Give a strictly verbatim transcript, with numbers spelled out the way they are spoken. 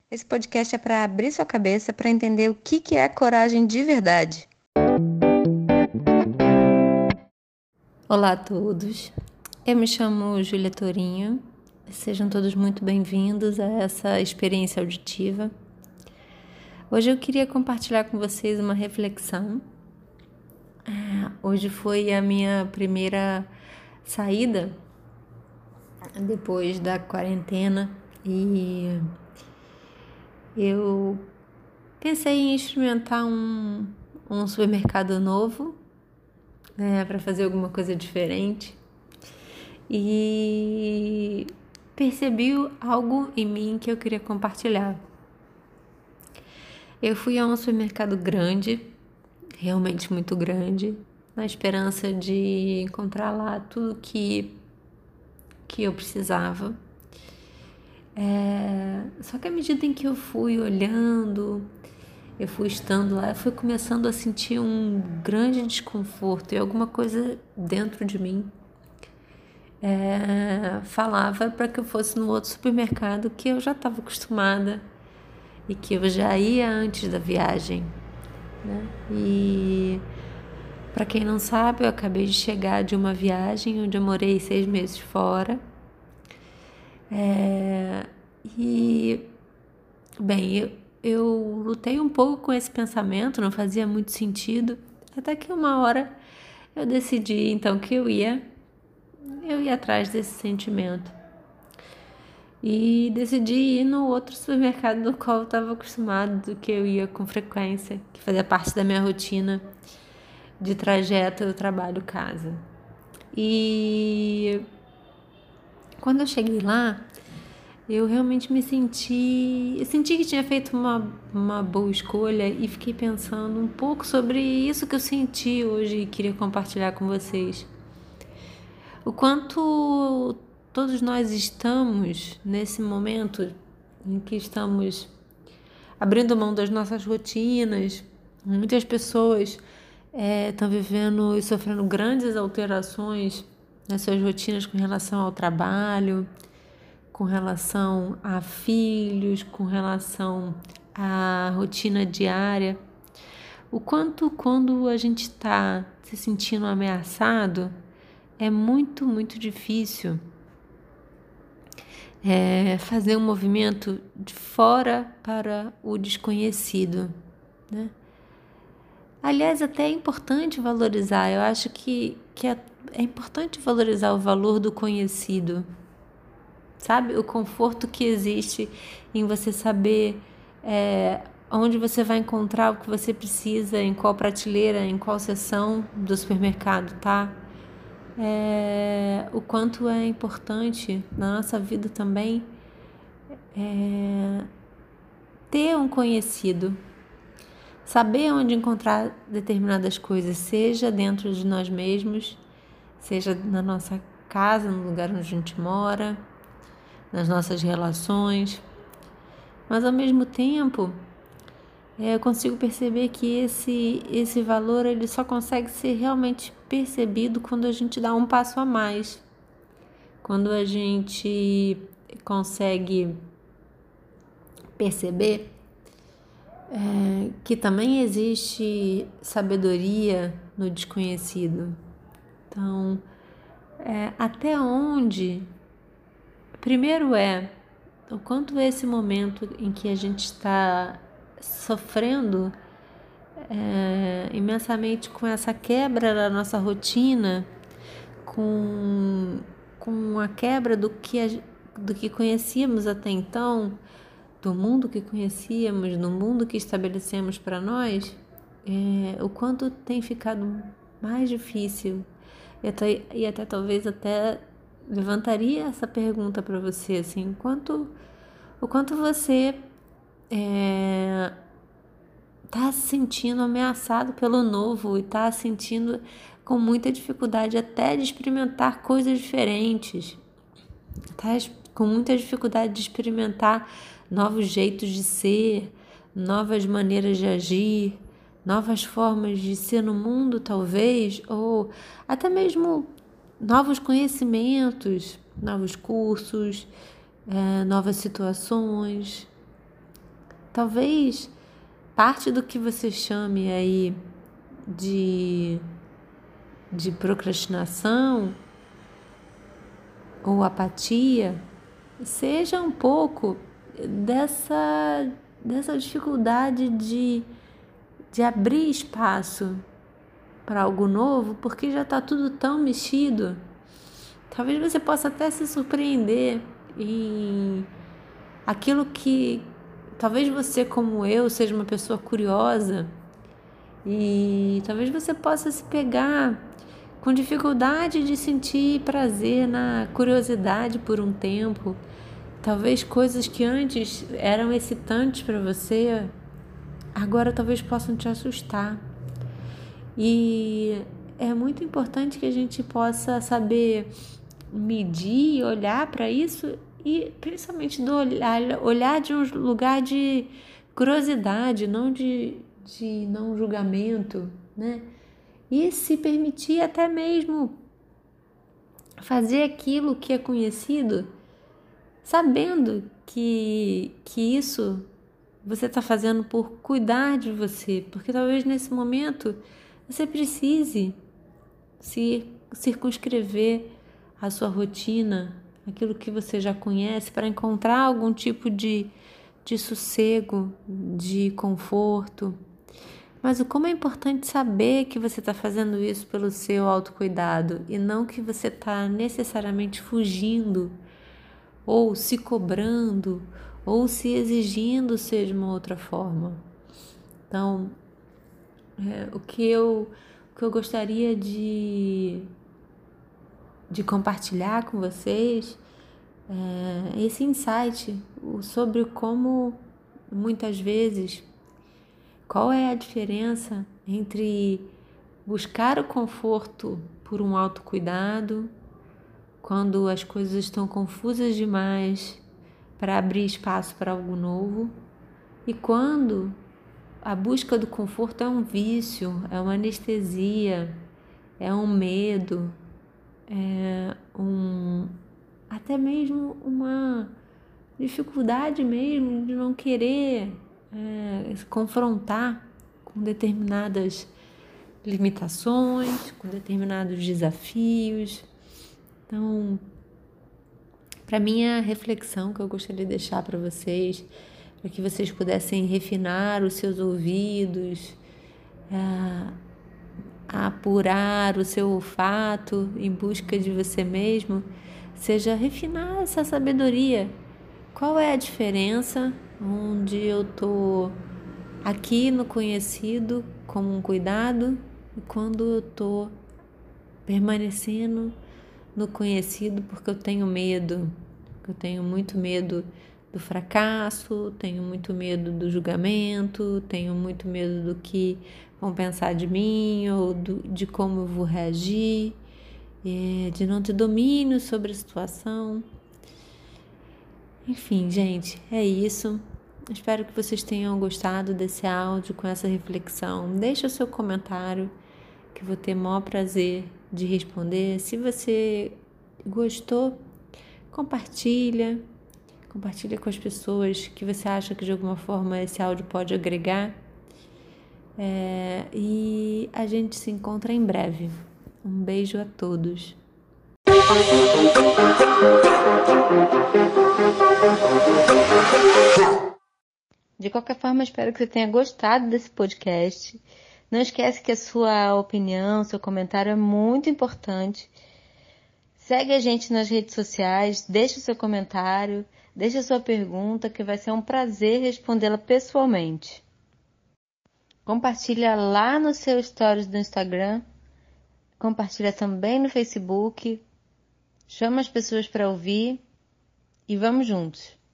Esse podcast é para abrir sua cabeça para entender o que que é coragem de verdade. Olá a todos, eu me chamo Júlia Torinho, sejam todos muito bem-vindos a essa experiência auditiva. Hoje eu queria compartilhar com vocês uma reflexão. Hoje foi a minha primeira saída depois da quarentena e eu pensei em experimentar um, um supermercado novo, né, para fazer alguma coisa diferente. E percebi algo em mim que eu queria compartilhar. Eu fui a um supermercado grande, realmente muito grande, na esperança de encontrar lá tudo que, que eu precisava. É, só que à medida em que eu fui olhando, eu fui estando lá, eu fui começando a sentir um grande desconforto e alguma coisa dentro de mim É, falava para que eu fosse no outro supermercado que eu já estava acostumada e que eu já ia antes da viagem, né? E para quem não sabe, eu acabei de chegar de uma viagem onde eu morei seis meses fora. É, e, bem, eu, eu lutei um pouco com esse pensamento, não fazia muito sentido, até que uma hora eu decidi então que eu ia eu ia atrás desse sentimento. E decidi ir no outro supermercado do qual eu estava acostumado, do que eu ia com frequência, que fazia parte da minha rotina de trajeto trabalho-casa. E quando eu cheguei lá, eu realmente me senti... Eu senti que tinha feito uma, uma boa escolha e fiquei pensando um pouco sobre isso que eu senti hoje e queria compartilhar com vocês. O quanto todos nós estamos nesse momento em que estamos abrindo mão das nossas rotinas. Muitas pessoas é, estão vivendo e sofrendo grandes alterações nas suas rotinas com relação ao trabalho, com relação a filhos, com relação à rotina diária. O quanto quando a gente está se sentindo ameaçado, é muito, muito difícil é, fazer um movimento de fora para o desconhecido, né? Aliás, até é importante valorizar, eu acho que, que é, é importante valorizar o valor do conhecido, sabe? O conforto que existe em você saber é, onde você vai encontrar o que você precisa, em qual prateleira, em qual seção do supermercado, tá? É, o quanto é importante na nossa vida também é, ter um conhecido, saber onde encontrar determinadas coisas, seja dentro de nós mesmos, seja na nossa casa, no lugar onde a gente mora, nas nossas relações, mas ao mesmo tempo é, eu consigo perceber que esse, esse valor ele só consegue ser realmente percebido quando a gente dá um passo a mais, quando a gente consegue perceber é, que também existe sabedoria no desconhecido. Então, é, até onde, primeiro é o quanto esse momento em que a gente está sofrendo é, imensamente com essa quebra da nossa rotina, com, com a quebra do que, a, do que conhecíamos até então, do mundo que conhecíamos, do mundo que estabelecemos para nós, é, o quanto tem ficado mais difícil. E até, e até talvez até levantaria essa pergunta para você, assim, quanto, o quanto você é, tá se sentindo ameaçado pelo novo e tá se sentindo com muita dificuldade até de experimentar coisas diferentes, tá com muita dificuldade de experimentar novos jeitos de ser, novas maneiras de agir, novas formas de ser no mundo, talvez, ou até mesmo novos conhecimentos, novos cursos, é, novas situações. talvez parte do que você chame aí de, de procrastinação ou apatia seja um pouco dessa, dessa dificuldade de, de abrir espaço para algo novo, porque já está tudo tão mexido. Talvez você possa até se surpreender em aquilo que talvez você, como eu, seja uma pessoa curiosa e talvez você possa se pegar com dificuldade de sentir prazer na curiosidade por um tempo. Talvez coisas que antes eram excitantes para você, agora talvez possam te assustar. E é muito importante que a gente possa saber medir, olhar para isso e principalmente do olhar, olhar de um lugar de curiosidade, não de, de não julgamento, né? E se permitir até mesmo fazer aquilo que é conhecido, sabendo que, que isso você está fazendo por cuidar de você, porque talvez nesse momento você precise se circunscrever a sua rotina, aquilo que você já conhece, para encontrar algum tipo de, de sossego, de conforto. Mas o como é importante saber que você está fazendo isso pelo seu autocuidado e não que você está necessariamente fugindo ou se cobrando ou se exigindo ser de uma outra forma. Então, é, o que eu, o que eu gostaria de, de compartilhar com vocês é esse insight sobre como muitas vezes, qual é a diferença entre buscar o conforto por um autocuidado, quando as coisas estão confusas demais para abrir espaço para algo novo, e quando a busca do conforto é um vício, é uma anestesia, é um medo, é um, até mesmo uma dificuldade mesmo de não querer é, se confrontar com determinadas limitações, com determinados desafios. Então, para mim, a reflexão que eu gostaria de deixar para vocês, para que vocês pudessem refinar os seus ouvidos, é, apurar o seu olfato em busca de você mesmo, seja refinar essa sabedoria. Qual é a diferença onde eu estou aqui no conhecido como um cuidado e quando eu estou permanecendo no conhecido porque eu tenho medo, eu tenho muito medo do fracasso, tenho muito medo do julgamento, tenho muito medo do que vão pensar de mim ou do, de como eu vou reagir, é, de não ter domínio sobre a situação. Enfim, gente, é isso. Espero que vocês tenham gostado desse áudio com essa reflexão. Deixa o seu comentário, que eu vou ter o maior prazer de responder. Se você gostou, compartilha. Compartilha com as pessoas que você acha que de alguma forma esse áudio pode agregar. É, e a gente se encontra em breve. Um beijo a todos. De qualquer forma, espero que você tenha gostado desse podcast. Não esquece que a sua opinião, seu comentário é muito importante. Segue a gente nas redes sociais, deixa o seu comentário, deixa a sua pergunta, que vai ser um prazer respondê-la pessoalmente. Compartilha lá no seu stories do Instagram, compartilha também no Facebook, chama as pessoas para ouvir e vamos juntos.